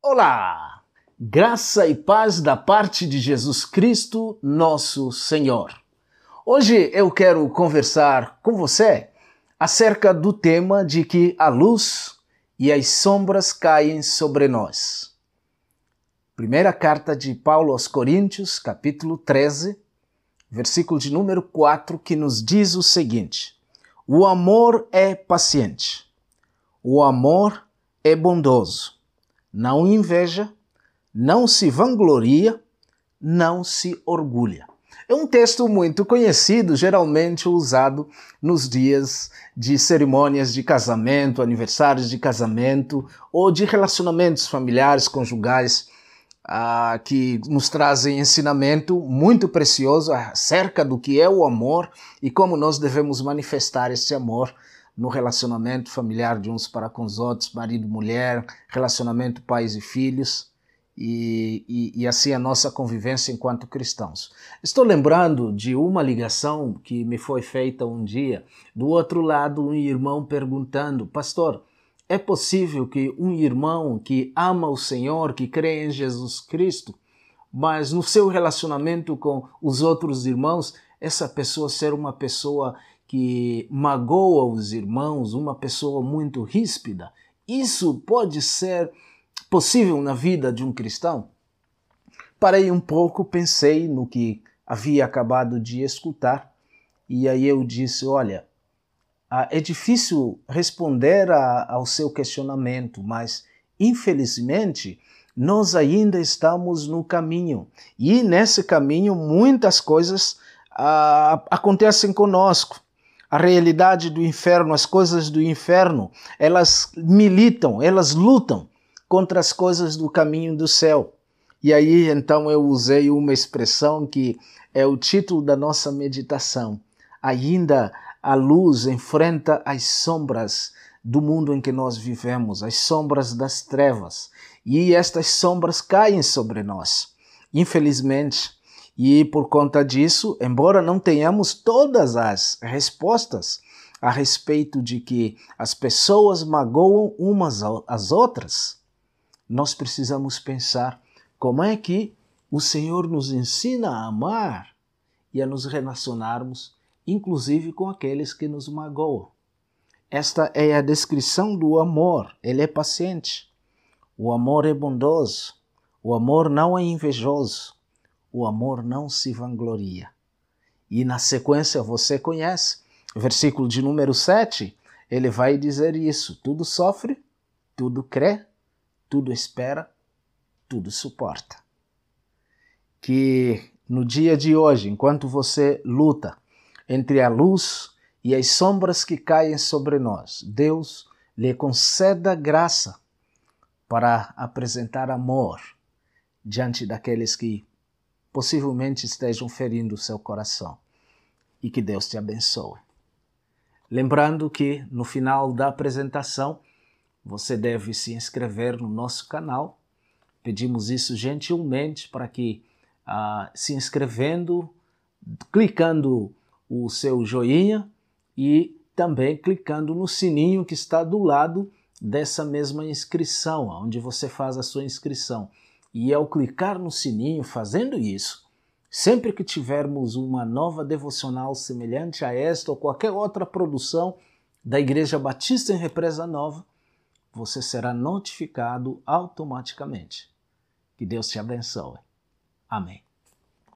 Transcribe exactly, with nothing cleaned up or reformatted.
Olá! Graça e paz da parte de Jesus Cristo, nosso Senhor. Hoje eu quero conversar com você acerca do tema de que a luz e as sombras caem sobre nós. Primeira carta de Paulo aos Coríntios, capítulo treze, versículo de número quatro, que nos diz o seguinte: o amor é paciente, o amor é bondoso, não inveja, não se vangloria, não se orgulha. É um texto muito conhecido, geralmente usado nos dias de cerimônias de casamento, aniversários de casamento ou de relacionamentos familiares, conjugais, ah, que nos trazem ensinamento muito precioso acerca do que é o amor e como nós devemos manifestar esse amor no relacionamento familiar de uns para com os outros, marido e mulher, relacionamento pais e filhos, e, e, e assim a nossa convivência enquanto cristãos. Estou lembrando de uma ligação que me foi feita um dia, do outro lado um irmão perguntando: pastor, é possível que um irmão que ama o Senhor, que crê em Jesus Cristo, mas no seu relacionamento com os outros irmãos, essa pessoa ser uma pessoa que magoa os irmãos, uma pessoa muito ríspida? Isso pode ser possível na vida de um cristão? Parei um pouco, pensei no que havia acabado de escutar e aí eu disse: olha, é difícil responder a, ao seu questionamento, mas infelizmente nós ainda estamos no caminho e nesse caminho muitas coisas ah, acontecem conosco. A realidade do inferno, as coisas do inferno, elas militam, elas lutam contra as coisas do caminho do céu. E aí então eu usei uma expressão que é o título da nossa meditação: ainda a luz enfrenta as sombras do mundo em que nós vivemos, as sombras das trevas, e estas sombras caem sobre nós, infelizmente. E por conta disso, embora não tenhamos todas as respostas a respeito de que as pessoas magoam umas às outras, nós precisamos pensar como é que o Senhor nos ensina a amar e a nos relacionarmos, inclusive com aqueles que nos magoam. Esta é a descrição do amor. Ele é paciente. O amor é bondoso. O amor não é invejoso. O amor não se vangloria. E na sequência você conhece, versículo de número sete, ele vai dizer isso: tudo sofre, tudo crê, tudo espera, tudo suporta. Que no dia de hoje, enquanto você luta entre a luz e as sombras que caem sobre nós, Deus lhe conceda graça para apresentar amor diante daqueles que possivelmente estejam ferindo o seu coração. E que Deus te abençoe. Lembrando que no final da apresentação você deve se inscrever no nosso canal. Pedimos isso gentilmente para que, ah, se inscrevendo, clicando o seu joinha e também clicando no sininho que está do lado dessa mesma inscrição, onde você faz a sua inscrição. E ao clicar no sininho, fazendo isso, sempre que tivermos uma nova devocional semelhante a esta ou qualquer outra produção da Igreja Batista em Represa Nova, você será notificado automaticamente. Que Deus te abençoe. Amém.